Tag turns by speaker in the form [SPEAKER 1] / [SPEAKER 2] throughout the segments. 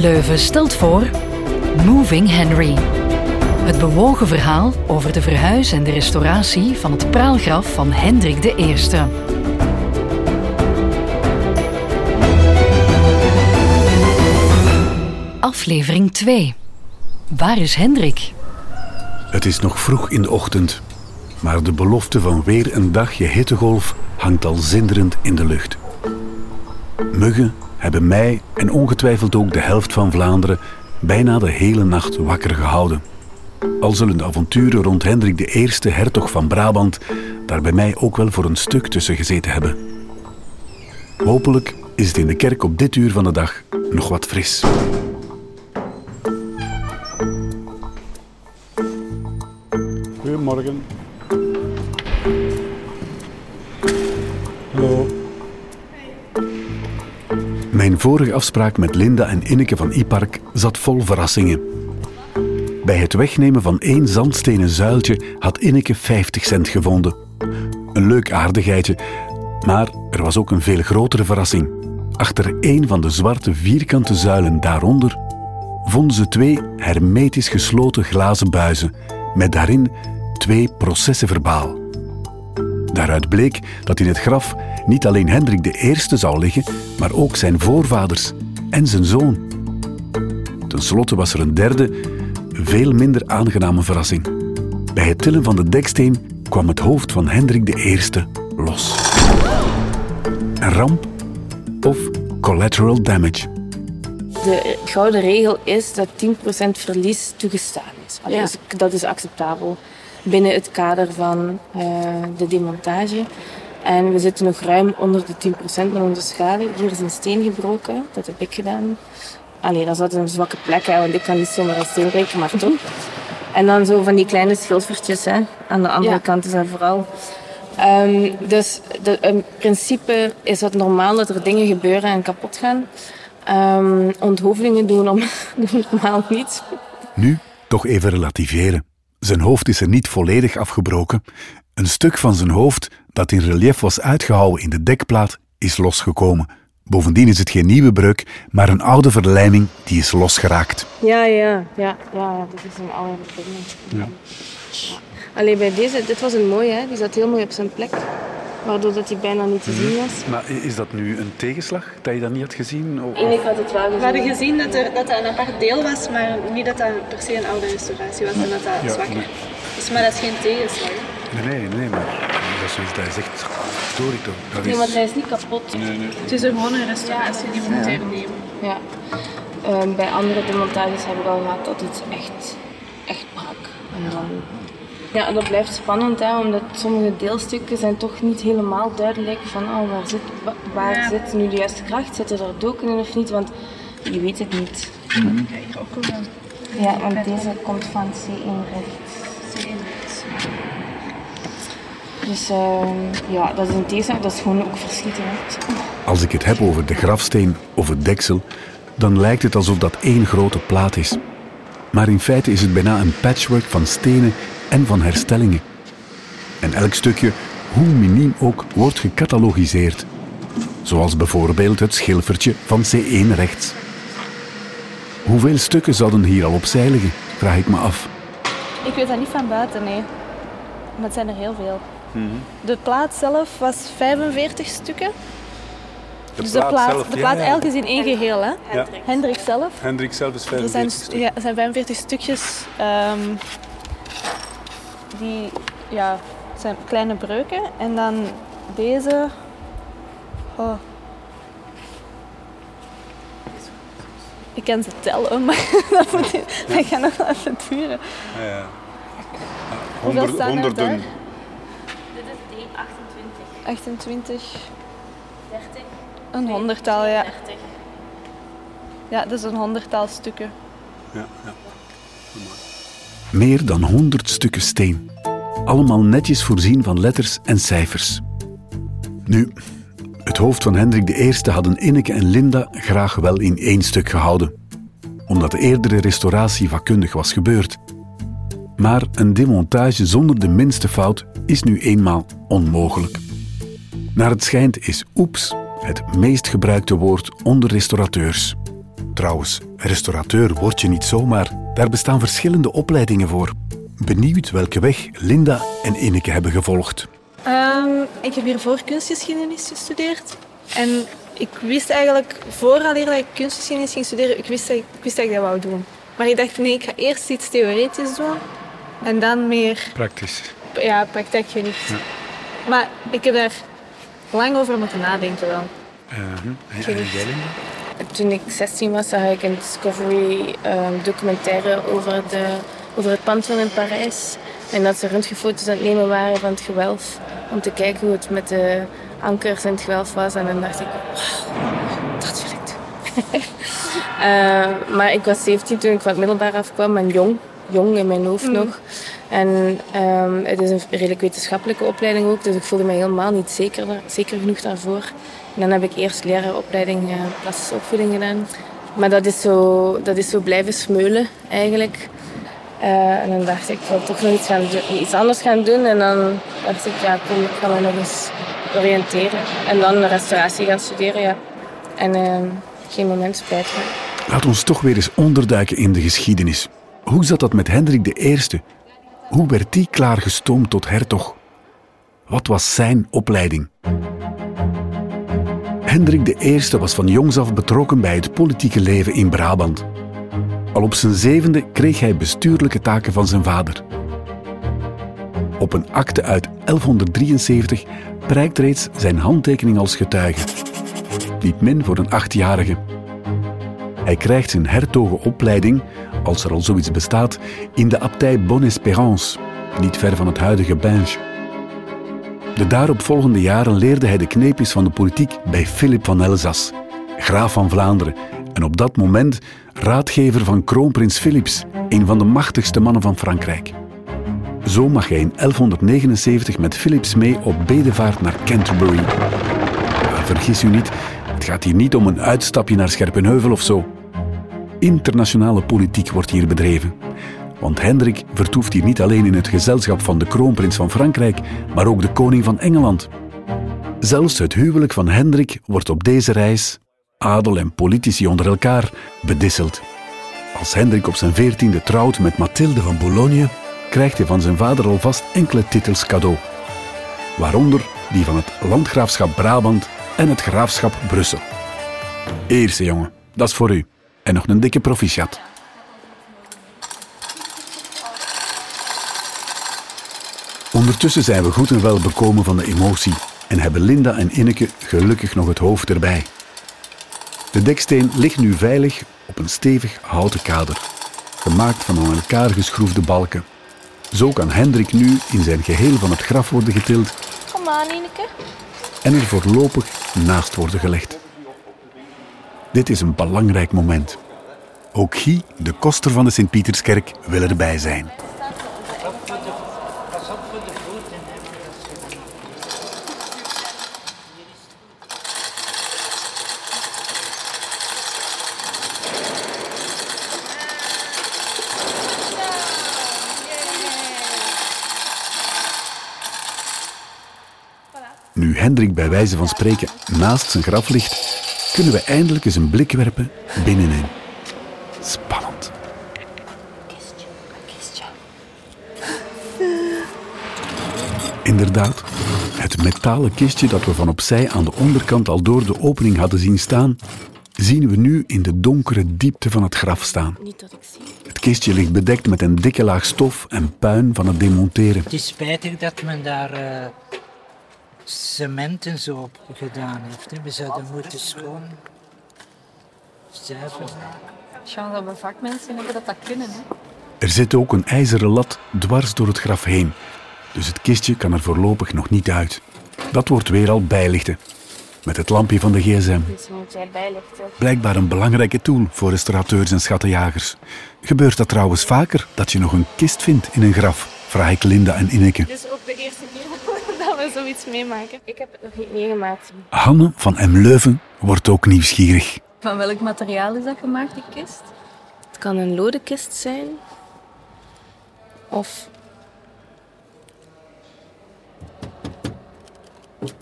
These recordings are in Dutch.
[SPEAKER 1] Leuven stelt voor Moving Henry. Het bewogen verhaal over de verhuis en de restauratie van het praalgraf van Hendrik I. Aflevering 2. Waar is Hendrik?
[SPEAKER 2] Het is nog vroeg in de ochtend, maar de belofte van weer een dagje hittegolf hangt al zinderend in de lucht. Muggen hebben mij en ongetwijfeld ook de helft van Vlaanderen bijna de hele nacht wakker gehouden. Al zullen de avonturen rond Hendrik I, hertog van Brabant, daar bij mij ook wel voor een stuk tussen gezeten hebben. Hopelijk is het in de kerk op dit uur van de dag nog wat fris.
[SPEAKER 3] Goedemorgen. Hallo.
[SPEAKER 2] Mijn vorige afspraak met Linda en Inneke van Ipark zat vol verrassingen. Bij het wegnemen van 1 zandstenen zuiltje had Inneke 50 cent gevonden. Een leuk aardigheidje, maar er was ook een veel grotere verrassing. Achter 1 van de zwarte vierkante zuilen daaronder vonden ze 2 hermetisch gesloten glazen buizen met daarin 2 processenverbaal. Daaruit bleek dat in het graf niet alleen Hendrik I zou liggen, maar ook zijn voorvaders en zijn zoon. Ten slotte was er een derde, veel minder aangename verrassing. Bij het tillen van de deksteen kwam het hoofd van Hendrik I los. Een ramp of collateral damage?
[SPEAKER 4] De gouden regel is dat 10% verlies toegestaan is. Allee, dus dat is acceptabel binnen het kader van de demontage. En we zitten nog ruim onder de 10% van onze schade. Hier is een steen gebroken, dat heb ik gedaan. Allee, dat is altijd een zwakke plek, hè, want ik kan niet zomaar een steen breken, maar toch. En dan zo van die kleine schilfertjes, hè. Aan de andere kant is dat vooral. Dus in principe is het normaal dat er dingen gebeuren en kapot gaan. Onthoofdingen doen normaal niet.
[SPEAKER 2] Nu toch even relativeren. Zijn hoofd is er niet volledig afgebroken. Een stuk van zijn hoofd dat in relief was uitgehouwen in de dekplaat is losgekomen. Bovendien is het geen nieuwe breuk, maar een oude verlijming die is losgeraakt.
[SPEAKER 4] Ja, dat is een oude verlijming. Ja. Alleen bij deze, dit was een mooie, hè? Die zat heel mooi op zijn plek. Waardoor dat hij bijna niet te zien was.
[SPEAKER 2] Maar is dat nu een tegenslag, dat je dat niet had gezien?
[SPEAKER 4] Ik had het wel gezien.
[SPEAKER 5] We hadden gezien dat dat een apart deel was, maar niet dat dat per se een oude restauratie was en dat dat zwak is. Maar dat is geen tegenslag.
[SPEAKER 2] Nee, maar dat is zoiets dat je zegt, story toch?
[SPEAKER 4] Nee, want hij is niet kapot.
[SPEAKER 2] Nee.
[SPEAKER 5] Het is gewoon een restauratie die we moeten hernemen.
[SPEAKER 4] Ja. Bij andere demontages hebben we al gehad dat iets echt brak. En dan... Ja, dat blijft spannend, hè, omdat sommige deelstukken zijn toch niet helemaal duidelijk van waar zit nu de juiste kracht, zitten er doken in of niet, want je weet het niet.
[SPEAKER 5] Ja, hier ook wel.
[SPEAKER 4] Ja, want deze komt van C1 rechts. Dus dat is een tegenslag, dat is gewoon ook verschietend.
[SPEAKER 2] Als ik het heb over de grafsteen of het deksel, dan lijkt het alsof dat 1 grote plaat is. Maar in feite is het bijna een patchwork van stenen en van herstellingen. En elk stukje, hoe miniem ook, wordt gecatalogiseerd. Zoals bijvoorbeeld het schilfertje van C1 rechts. Hoeveel stukken zouden hier al opzij liggen, vraag ik me af.
[SPEAKER 5] Ik weet dat niet van buiten, nee. Maar het zijn er heel veel. Mm-hmm. De plaat zelf was 45 stukken. De plaat eigenlijk is in 1 geheel, hè?
[SPEAKER 3] Ja.
[SPEAKER 5] Hendrik zelf.
[SPEAKER 3] Hendrik zelf is 45 stukken.
[SPEAKER 5] Ja, er zijn 45 stukjes. Die zijn kleine breuken. En dan deze... Ik kan ze tellen, maar dat gaat nog wel even duren.
[SPEAKER 3] Ja.
[SPEAKER 5] Hoeveel staan er
[SPEAKER 3] honderden.
[SPEAKER 5] daar?
[SPEAKER 4] Dit is D28.
[SPEAKER 5] 28.
[SPEAKER 4] 30.
[SPEAKER 5] Een 100-tal, ja.
[SPEAKER 4] 30.
[SPEAKER 5] Ja, dat is een 100-tal stukken.
[SPEAKER 3] Ja.
[SPEAKER 2] Meer dan 100 stukken steen. Allemaal netjes voorzien van letters en cijfers. Nu, het hoofd van Hendrik I hadden Inneke en Linda graag wel in 1 stuk gehouden. Omdat de eerdere restauratie vakkundig was gebeurd. Maar een demontage zonder de minste fout is nu eenmaal onmogelijk. Naar het schijnt is oeps het meest gebruikte woord onder restaurateurs. Trouwens, restaurateur word je niet zomaar. Daar bestaan verschillende opleidingen voor. Benieuwd welke weg Linda en Ineke hebben gevolgd.
[SPEAKER 5] Ik heb hiervoor kunstgeschiedenis gestudeerd. En ik wist eigenlijk, vooraleer dat ik kunstgeschiedenis ging studeren, ik wist dat ik dat wou doen. Maar ik dacht, nee, ik ga eerst iets theoretisch doen. En dan meer...
[SPEAKER 3] Praktisch.
[SPEAKER 5] Ja, praktijkgericht. Ja. Maar ik heb daar lang over moeten nadenken wel.
[SPEAKER 3] En jij, Linda?
[SPEAKER 4] Toen ik 16 was, zag ik een Discovery documentaire over het Pantheon in Parijs. En dat ze röntgenfoto's aan het nemen waren van het gewelf. Om te kijken hoe het met de ankers in het gewelf was. En dan dacht ik, wow, dat wil ik doen. Maar ik was 17 toen ik van het middelbaar afkwam en jong in mijn hoofd nog. En het is een redelijk wetenschappelijke opleiding ook, dus ik voelde me helemaal niet zeker genoeg daarvoor. En dan heb ik eerst lerarenopleiding plastische opvoeding gedaan. Maar dat is zo blijven smeulen eigenlijk. En dan dacht ik wil toch nog iets anders gaan doen. En dan dacht ik, ja kom, ik ga me nog eens oriënteren. En dan restauratie gaan studeren, ja. En geen moment spijt van.
[SPEAKER 2] Laat ons toch weer eens onderduiken in de geschiedenis. Hoe zat dat met Hendrik I? Hoe werd die klaargestoomd tot hertog? Wat was zijn opleiding? Hendrik I was van jongs af betrokken bij het politieke leven in Brabant. Al op zijn 7e kreeg hij bestuurlijke taken van zijn vader. Op een akte uit 1173 prijkt reeds zijn handtekening als getuige. Niet min voor een 8-jarige. Hij krijgt zijn hertogenopleiding, als er al zoiets bestaat, in de abdij Bonne-Espérance, niet ver van het huidige Binge. De daaropvolgende jaren leerde hij de kneepjes van de politiek bij Filip van Elzas, graaf van Vlaanderen, en op dat moment raadgever van kroonprins Philips, een van de machtigste mannen van Frankrijk. Zo mag hij in 1179 met Philips mee op bedevaart naar Canterbury. Maar vergis u niet, het gaat hier niet om een uitstapje naar Scherpenheuvel of zo. Internationale politiek wordt hier bedreven. Want Hendrik vertoeft hier niet alleen in het gezelschap van de kroonprins van Frankrijk, maar ook de koning van Engeland. Zelfs het huwelijk van Hendrik wordt op deze reis, adel en politici onder elkaar, bedisseld. Als Hendrik op zijn 14e trouwt met Mathilde van Boulogne, krijgt hij van zijn vader alvast enkele titels cadeau. Waaronder die van het landgraafschap Brabant en het graafschap Brussel. Eerste jongen, dat is voor u. En nog een dikke proficiat. Ondertussen zijn we goed en wel bekomen van de emotie en hebben Linda en Ineke gelukkig nog het hoofd erbij. De deksteen ligt nu veilig op een stevig houten kader, gemaakt van aan elkaar geschroefde balken. Zo kan Hendrik nu in zijn geheel van het graf worden getild.
[SPEAKER 5] Kom aan, Ineke.
[SPEAKER 2] En er voorlopig naast worden gelegd. Dit is een belangrijk moment. Ook Guy, de koster van de Sint-Pieterskerk, wil erbij zijn. Nu Hendrik bij wijze van spreken naast zijn graf ligt, kunnen we eindelijk eens een blik werpen binnenin. Spannend. Kistje. Inderdaad, het metalen kistje dat we van opzij aan de onderkant al door de opening hadden zien staan, zien we nu in de donkere diepte van het graf staan.
[SPEAKER 4] Niet dat ik zie.
[SPEAKER 2] Het kistje ligt bedekt met een dikke laag stof en puin van het demonteren.
[SPEAKER 6] Het is spijtig dat men daar cement en zo op gedaan heeft. Hè. We zouden moeten schoon zuiver maken.
[SPEAKER 5] Chance dat we vakmensen hebben dat kunnen. Hè?
[SPEAKER 2] Er zit ook een ijzeren lat dwars door het graf heen. Dus het kistje kan er voorlopig nog niet uit. Dat wordt weer al bijlichten. Met het lampje van de gsm.
[SPEAKER 4] Dus moet jij bijlichten.
[SPEAKER 2] Blijkbaar een belangrijke tool voor restaurateurs en schattenjagers. Gebeurt dat trouwens vaker, dat je nog een kist vindt in een graf? Vraag ik Linda en Ineke.
[SPEAKER 5] Dit is ook de eerste keer dat we zoiets meemaken.
[SPEAKER 4] Ik heb het nog niet meegemaakt.
[SPEAKER 2] Hanne van M. Leuven wordt ook nieuwsgierig.
[SPEAKER 5] Van welk materiaal is dat gemaakt, die kist?
[SPEAKER 4] Het kan een loden kist zijn. Of...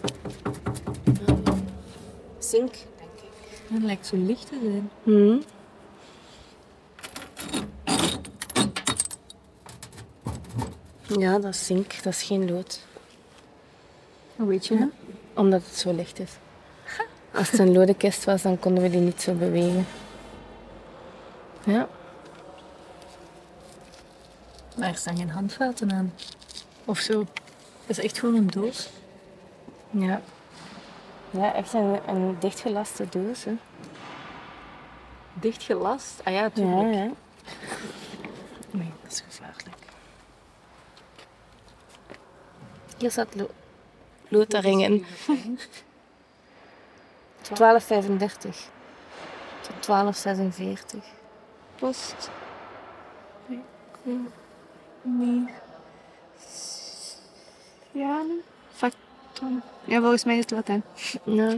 [SPEAKER 4] zink, denk ik.
[SPEAKER 5] Het lijkt zo licht te zijn.
[SPEAKER 4] Ja, dat is zink, dat is geen lood.
[SPEAKER 7] Hoe weet je dat?
[SPEAKER 4] Omdat het zo licht is. Als het een lode kist was, dan konden we die niet zo bewegen. Ja.
[SPEAKER 7] Maar er staan geen handvaten aan. Of zo. Het is echt gewoon een doos.
[SPEAKER 4] Ja. Ja, echt een dichtgelaste doos. Hè.
[SPEAKER 7] Dicht gelast. Ah ja, tuurlijk.
[SPEAKER 4] Ja.
[SPEAKER 7] Nee, dat is gevaarlijk.
[SPEAKER 4] Hier zat loodring in. 12,35 tot 12,46.
[SPEAKER 5] Post. Ja, factum. Ja, volgens mij is het Latijn.
[SPEAKER 4] Ja.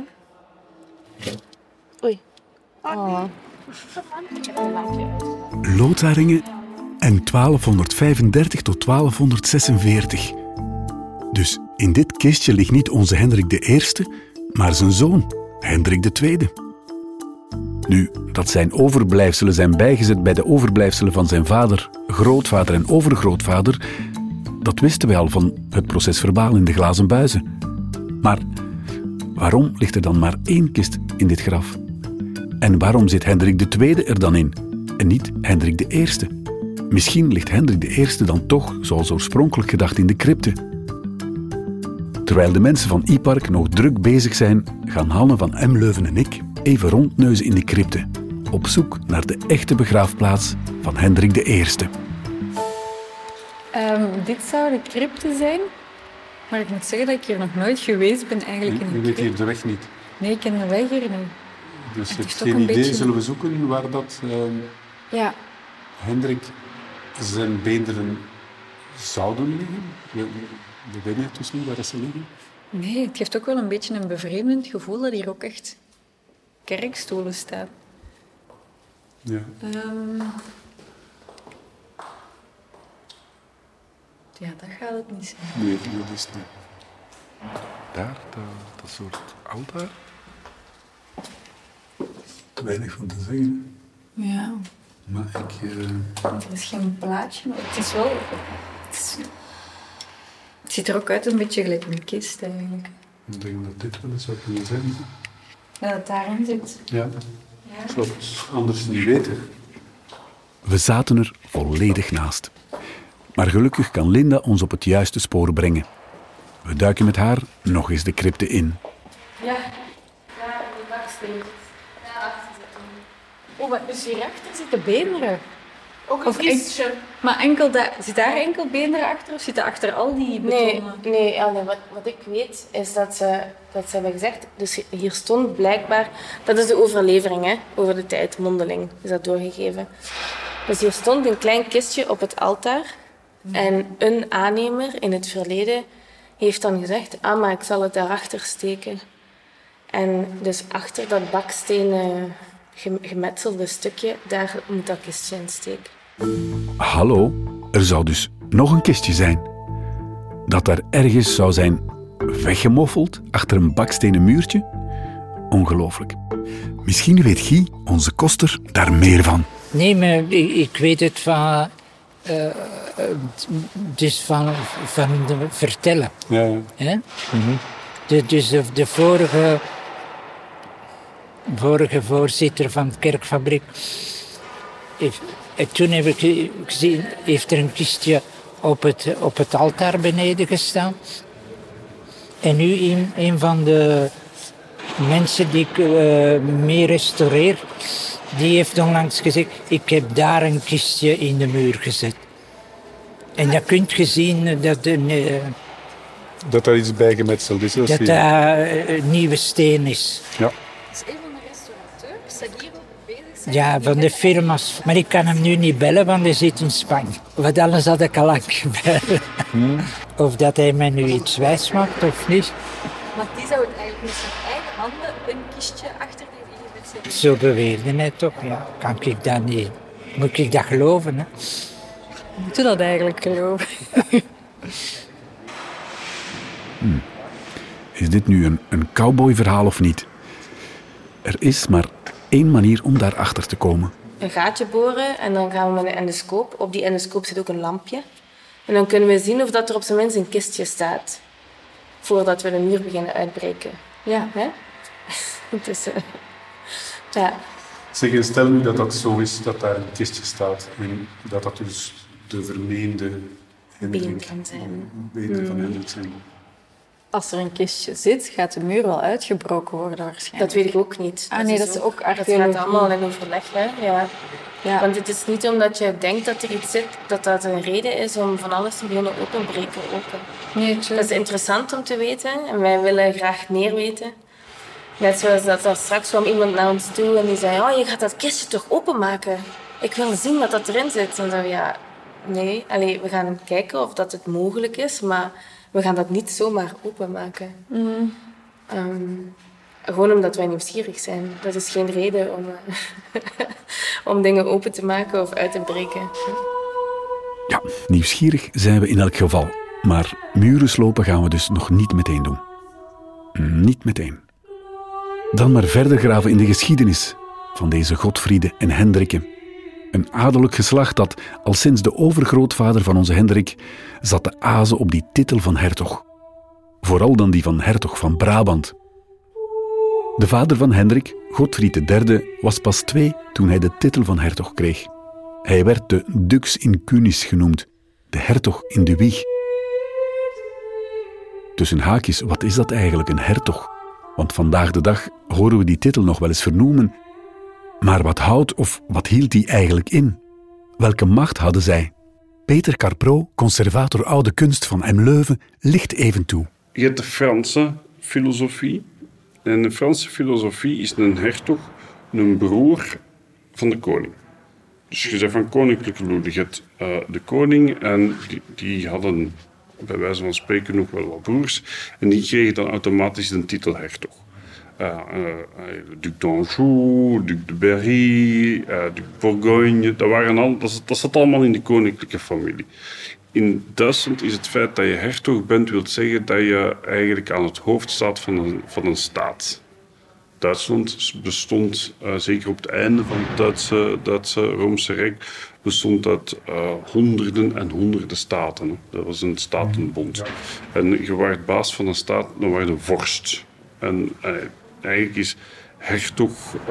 [SPEAKER 4] Oei. Oh.
[SPEAKER 2] Loodharingen en 1235 tot 1246. Dus in dit kistje ligt niet onze Hendrik I, maar zijn zoon, Hendrik II. Nu, dat zijn overblijfselen zijn bijgezet bij de overblijfselen van zijn vader, grootvader en overgrootvader, dat wisten wij al van het proces verbaal in de glazen buizen. Maar waarom ligt er dan maar 1 kist in dit graf? En waarom zit Hendrik II er dan in en niet Hendrik I? Misschien ligt Hendrik I dan toch, zoals oorspronkelijk gedacht, in de crypte. Terwijl de mensen van Yparc nog druk bezig zijn, gaan Hanne van Emleuven en ik even rondneuzen in de crypte, op zoek naar de echte begraafplaats van Hendrik I.
[SPEAKER 7] Dit zou de crypte zijn. Maar ik moet zeggen dat ik hier nog nooit geweest ben eigenlijk in
[SPEAKER 3] Je
[SPEAKER 7] een
[SPEAKER 3] weet
[SPEAKER 7] crypte.
[SPEAKER 3] hier de weg niet.
[SPEAKER 7] Nee, ik ken de weg hier niet.
[SPEAKER 3] Dus
[SPEAKER 7] Het
[SPEAKER 3] je
[SPEAKER 7] is
[SPEAKER 3] hebt
[SPEAKER 7] toch
[SPEAKER 3] geen
[SPEAKER 7] een
[SPEAKER 3] idee.
[SPEAKER 7] beetje-
[SPEAKER 3] Zullen we zoeken waar dat
[SPEAKER 7] Ja.
[SPEAKER 3] Hendrik zijn beenderen zouden liggen? We weten het dus niet waar dat ze liggen.
[SPEAKER 7] Nee, het geeft ook wel een beetje een bevreemdend gevoel dat hier ook echt kerkstoelen staan.
[SPEAKER 3] Ja.
[SPEAKER 7] Ja, dat gaat het niet zijn.
[SPEAKER 3] Nee, dat is het niet. Daar, dat soort altaar. Weinig van te zeggen.
[SPEAKER 7] Ja.
[SPEAKER 3] Maar ik...
[SPEAKER 7] Er is geen plaatje, maar het is wel... Het ziet er ook uit een beetje gelijk een kist eigenlijk.
[SPEAKER 3] Ik denk dat dit wel eens zou kunnen zijn.
[SPEAKER 7] Ja, dat daarin zit.
[SPEAKER 3] Ja. Ik zou het anders niet weten.
[SPEAKER 2] We zaten er volledig naast. Maar gelukkig kan Linda ons op het juiste spoor brengen. We duiken met haar nog eens de crypte in.
[SPEAKER 4] Ja, die bakstenen. Daarachter zitten.
[SPEAKER 7] Oh, maar dus hierachter zitten beenderen.
[SPEAKER 4] Ook
[SPEAKER 7] Of
[SPEAKER 4] een kistje.
[SPEAKER 7] Maar enkel zit daar enkel beenderen achter of zitten achter al die betonnen?
[SPEAKER 4] Nee, wat ik weet is dat ze hebben gezegd, dus hier stond blijkbaar, dat is de overlevering, hè, over de tijd, mondeling is dat doorgegeven. Dus hier stond een klein kistje op het altaar en een aannemer in het verleden heeft dan gezegd, maar ik zal het daarachter steken. En dus achter dat bakstenen gemetselde stukje, daar moet dat kistje in steken.
[SPEAKER 2] Hallo, er zou dus nog een kistje zijn. Dat daar ergens zou zijn weggemoffeld achter een bakstenen muurtje? Ongelooflijk. Misschien weet Guy, onze koster, daar meer van.
[SPEAKER 6] Nee, maar ik weet het van... dus van de vertellen.
[SPEAKER 3] Ja.
[SPEAKER 6] Hè? Dus de vorige voorzitter van de kerkfabriek... toen heb ik gezien, heeft er een kistje op het altaar beneden gestaan. En nu een van de mensen die ik mee restaureer... die heeft onlangs gezegd, ik heb daar een kistje in de muur gezet. En dan kun je zien
[SPEAKER 3] Dat daar iets bijgemetseld is.
[SPEAKER 6] dat een nieuwe steen is.
[SPEAKER 3] Ja.
[SPEAKER 7] Dat is een van de restaurateurs die hier ook bezig zijn.
[SPEAKER 6] Ja, van de firma's. Maar ik kan hem nu niet bellen, want hij zit in Spanje. Want anders had ik al lang gebeld. Of dat hij mij nu iets wijs maakt of niet.
[SPEAKER 7] Maar die zou het eigenlijk met zijn eigen handen een kistje achter die met zijn...
[SPEAKER 6] Zo beweerde hij toch, ja. Kan ik dat niet... Moet ik dat geloven, hè?
[SPEAKER 7] Moet je dat eigenlijk geloven?
[SPEAKER 2] Is dit nu een cowboyverhaal of niet? Er is maar 1 manier om daarachter te komen.
[SPEAKER 4] Een gaatje boren en dan gaan we met een endoscoop. Op die endoscoop zit ook een lampje. En dan kunnen we zien of dat er op zijn minst een kistje staat. Voordat we de muur beginnen uitbreken.
[SPEAKER 7] Ja.
[SPEAKER 4] Hè? Dus, ja.
[SPEAKER 3] Zeg, en stel nu dat dat zo is, dat daar een kistje staat. En dat dat dus de vermeende
[SPEAKER 4] Been kan zijn.
[SPEAKER 3] Benen van Hendrik zijn.
[SPEAKER 7] Als er een kistje zit, gaat de muur wel uitgebroken worden waarschijnlijk.
[SPEAKER 4] Dat weet ik ook niet.
[SPEAKER 7] Ah nee, dat is ook
[SPEAKER 4] Dat
[SPEAKER 7] archeologie.
[SPEAKER 4] gaat allemaal in overleg. Hè? Ja.
[SPEAKER 7] Ja.
[SPEAKER 4] Want het is niet omdat je denkt dat er iets zit, dat dat een reden is om van alles te beginnen openbreken.
[SPEAKER 7] Nee,
[SPEAKER 4] Dat is interessant om te weten en wij willen graag meer weten. Net zoals dat er straks kwam iemand naar ons toe en die zei, oh, je gaat dat kistje toch openmaken? Ik wil zien wat dat erin zit. En dan ja, nee, allee, we gaan kijken of dat het mogelijk is, maar we gaan dat niet zomaar openmaken. Gewoon omdat wij nieuwsgierig zijn. Dat is geen reden om, om dingen open te maken of uit te breken.
[SPEAKER 2] Ja, nieuwsgierig zijn we in elk geval. Maar muren slopen gaan we dus nog niet meteen doen. Niet meteen. Dan maar verder graven in de geschiedenis van deze Godfriede en Hendrikke. Een adellijk geslacht dat, al sinds de overgrootvader van onze Hendrik, zat te azen op die titel van hertog. Vooral dan die van hertog van Brabant. De vader van Hendrik, Godfried III, was pas 2 toen hij de titel van hertog kreeg. Hij werd de dux in cunis genoemd, de hertog in de wieg. Tussen haakjes, wat is dat eigenlijk, een hertog? Want vandaag de dag horen we die titel nog wel eens vernoemen. Maar wat houdt of wat hield die eigenlijk in? Welke macht hadden zij? Peter Carpro, conservator oude kunst van M. Leuven, licht even toe.
[SPEAKER 8] Je hebt de Franse filosofie. En de Franse filosofie is een hertog, een broer van de koning. Dus je zegt van koninklijke bloed. Je hebt de koning en die hadden bij wijze van spreken nog wel wat broers. En die kregen dan automatisch de titel hertog. Duc d'Anjou, Duc de Berry, Duc de Bourgogne. Dat zat allemaal in de koninklijke familie. In Duitsland is het feit dat je hertog bent, wil zeggen dat je eigenlijk aan het hoofd staat van een staat. Duitsland bestond, zeker op het einde van het Duitse Romeinse Rijk, bestond uit honderden en honderden staten. Hè. Dat was een statenbond. Ja. En je werd baas van een staat, dan werd je vorst. En eigenlijk is hertog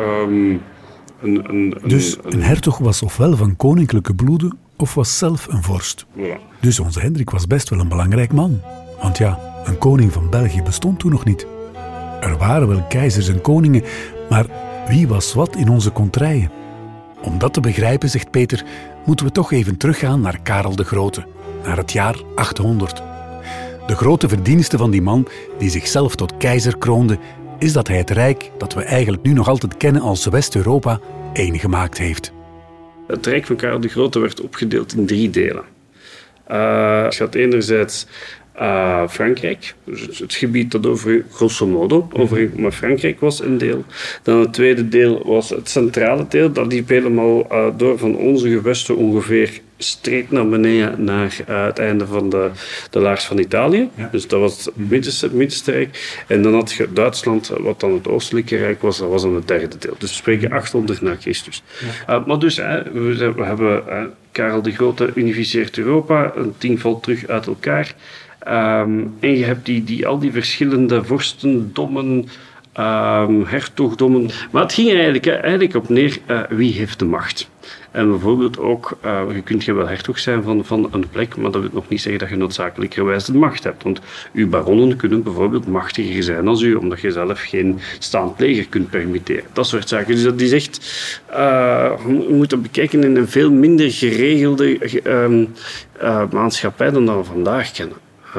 [SPEAKER 2] een hertog was ofwel van koninklijke bloede, of was zelf een vorst.
[SPEAKER 8] Voilà.
[SPEAKER 2] Dus onze Hendrik was best wel een belangrijk man. Want ja, een koning van België bestond toen nog niet. Er waren wel keizers en koningen, maar wie was wat in onze contraien? Om dat te begrijpen, zegt Peter, moeten we toch even teruggaan naar Karel de Grote, naar het jaar 800. De grote verdienste van die man, die zichzelf tot keizer kroonde, is dat hij het rijk, dat we eigenlijk nu nog altijd kennen als West-Europa, één gemaakt heeft.
[SPEAKER 8] Het rijk van Karel de Grote werd opgedeeld in 3 delen. Je had enerzijds Frankrijk, dus het gebied dat grosso modo over met Frankrijk was een deel. Dan het tweede deel was het centrale deel, dat liep helemaal door van onze gewesten ongeveer streed naar beneden naar het einde van de laars van Italië. Ja. Dus dat was het middenste rijk. En dan had je Duitsland, wat dan het oostelijke rijk was, dat was dan het derde deel. Dus we spreken 800 na Christus. Ja. Maar dus, we hebben Karel de Grote unificeert Europa, een ding valt terug uit elkaar. En je hebt al die verschillende vorstendommen, hertogdommen. Maar het ging eigenlijk op neer, wie heeft de macht? En bijvoorbeeld ook, je kunt wel hertog zijn van een plek, maar dat wil nog niet zeggen dat je noodzakelijkerwijs de macht hebt. Want uw baronnen kunnen bijvoorbeeld machtiger zijn dan u, omdat je zelf geen staand leger kunt permitteren. Dat soort zaken. Dus dat is echt, we moeten bekijken in een veel minder geregelde maatschappij dan dat we vandaag kennen.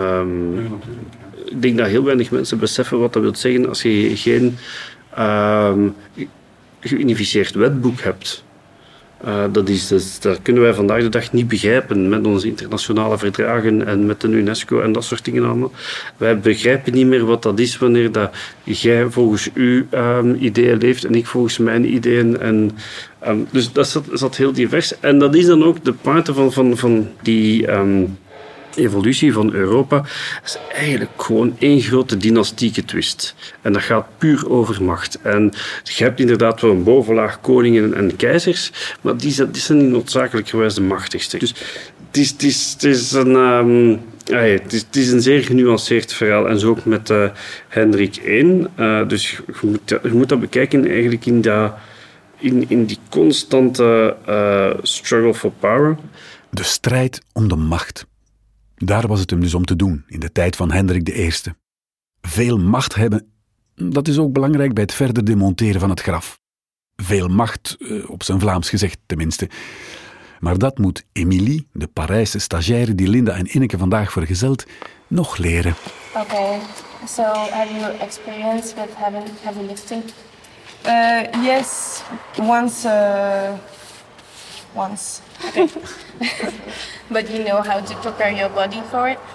[SPEAKER 8] Ik denk dat heel weinig mensen beseffen wat dat wil zeggen als je geen geunificeerd wetboek hebt. Dat kunnen wij vandaag de dag niet begrijpen met onze internationale verdragen en met de UNESCO en dat soort dingen allemaal. Wij begrijpen niet meer wat dat is wanneer dat jij volgens uw ideeën leeft en ik volgens mijn ideeën. Dus dat zat heel divers. En dat is dan ook de pointe van die evolutie van Europa. Dat is eigenlijk gewoon één grote dynastieke twist. En dat gaat puur over macht. En je hebt inderdaad wel een bovenlaag koningen en keizers, maar die zijn niet noodzakelijkerwijs de machtigste. Dus Het is een zeer genuanceerd verhaal. En zo ook met Hendrik 1. Dus je moet dat bekijken eigenlijk in die constante struggle for power.
[SPEAKER 2] De strijd om de macht. Daar was het hem dus om te doen in de tijd van Hendrik I. Veel macht hebben, dat is ook belangrijk bij het verder demonteren van het graf. Veel macht, op zijn Vlaams gezegd tenminste. Maar dat moet Emilie, de Parijse stagiaire die Linda en Ineke vandaag vergezelt, nog leren.
[SPEAKER 4] Okay, so have you experience with heavy lifting?
[SPEAKER 5] Yes, once.
[SPEAKER 4] Okay. But you know how to prepare your body for it?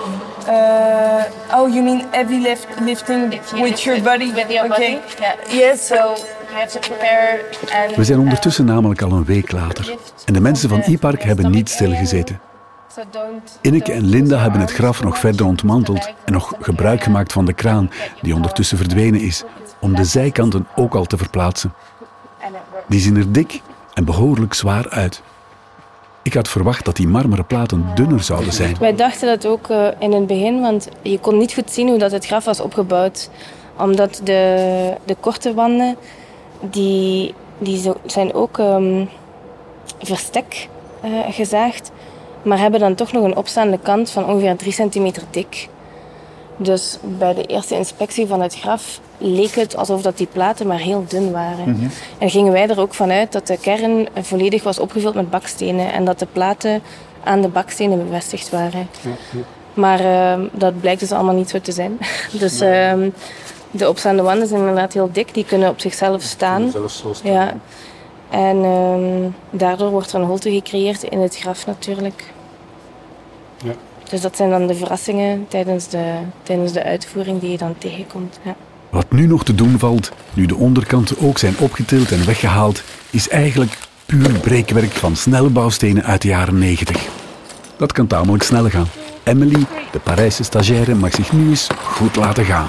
[SPEAKER 5] You mean heavy lifting with your body?
[SPEAKER 4] With your body? Yeah.
[SPEAKER 5] Yes.
[SPEAKER 4] So you have to prepare. And,
[SPEAKER 2] We zijn ondertussen namelijk al een week later. En de mensen van E-Park hebben niet stilgezeten. Ineke en Linda hebben het graf nog verder ontmanteld en nog gebruik gemaakt van de kraan, die ondertussen verdwenen is, om de zijkanten ook al te verplaatsen. Die zien er dik en behoorlijk zwaar uit. Ik had verwacht dat die marmeren platen dunner zouden zijn.
[SPEAKER 4] Wij dachten dat ook in het begin, want je kon niet goed zien hoe dat het graf was opgebouwd. Omdat de korte wanden, die zijn ook verstek gezaagd, maar hebben dan toch nog een opstaande kant van ongeveer 3 centimeter dik. Dus bij de eerste inspectie van het graf leek het alsof dat die platen maar heel dun waren. Mm-hmm. En gingen wij er ook vanuit dat de kern volledig was opgevuld met bakstenen en dat de platen aan de bakstenen bevestigd waren. Mm-hmm. Maar dat blijkt dus allemaal niet zo te zijn. Dus de opstaande wanden zijn inderdaad heel dik, die kunnen op zichzelf staan. Ja. En daardoor wordt er een holte gecreëerd in het graf natuurlijk. Ja. Dus dat zijn dan de verrassingen tijdens de uitvoering die je dan tegenkomt. Ja.
[SPEAKER 2] Wat nu nog te doen valt, nu de onderkanten ook zijn opgetild en weggehaald, is eigenlijk puur breekwerk van snelle bouwstenen uit de jaren 90. Dat kan tamelijk snel gaan. Emily, de Parijse stagiaire, mag zich nu eens goed laten gaan.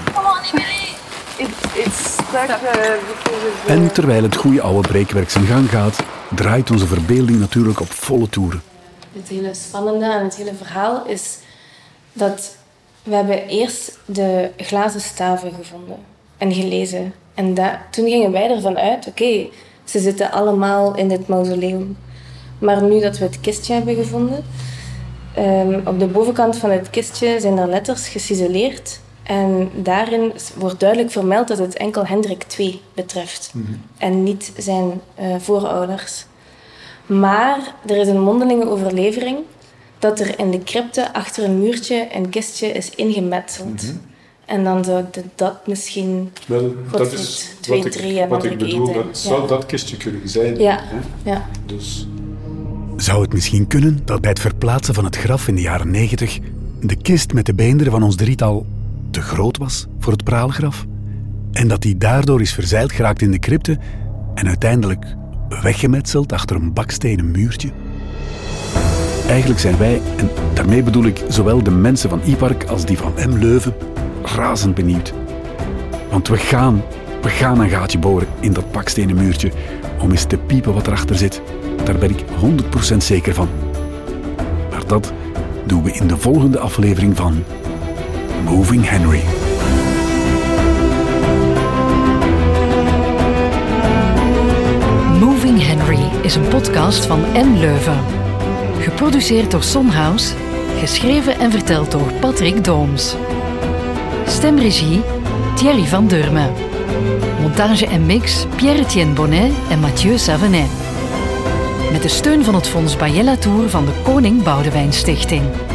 [SPEAKER 2] En terwijl het goede oude breekwerk zijn gang gaat, draait onze verbeelding natuurlijk op volle toeren.
[SPEAKER 4] Het hele spannende aan het hele verhaal is dat we hebben eerst de glazen staven gevonden en gelezen. En toen gingen wij ervan uit, oké, ze zitten allemaal in dit mausoleum. Maar nu dat we het kistje hebben gevonden, op de bovenkant van het kistje zijn er letters geciseleerd. En daarin wordt duidelijk vermeld dat het enkel Hendrik II betreft. Mm-hmm. En niet zijn voorouders. Maar er is een mondelinge overlevering dat er in de crypte achter een muurtje een kistje is ingemetseld. Mm-hmm. En dan zou dat misschien
[SPEAKER 3] dat is
[SPEAKER 4] 2, 3 en
[SPEAKER 3] wat ik bedoel,
[SPEAKER 4] eten.
[SPEAKER 3] dat zou dat kistje kunnen zijn.
[SPEAKER 4] Ja.
[SPEAKER 3] Hè?
[SPEAKER 4] Ja.
[SPEAKER 3] Dus.
[SPEAKER 2] Zou het misschien kunnen dat bij het verplaatsen van het graf in de jaren 90 de kist met de beenderen van ons drietal te groot was voor het praalgraf? En dat die daardoor is verzeild geraakt in de crypte en uiteindelijk weggemetseld achter een bakstenen muurtje? Eigenlijk zijn wij, en daarmee bedoel ik zowel de mensen van E-Park als die van M Leuven, razend benieuwd. Want we gaan een gaatje boren in dat bakstenen muurtje om eens te piepen wat erachter zit. Daar ben ik 100% zeker van. Maar dat doen we in de volgende aflevering van Moving Henry.
[SPEAKER 1] Moving Henry is een podcast van M Leuven. Geproduceerd door Sonhouse, geschreven en verteld door Patrick Dooms. Stemregie Thierry van Durme. Montage en mix Pierre-Etienne Bonnet en Mathieu Savenet. Met de steun van het Fonds Bayet Latour van de Koning Boudewijn Stichting.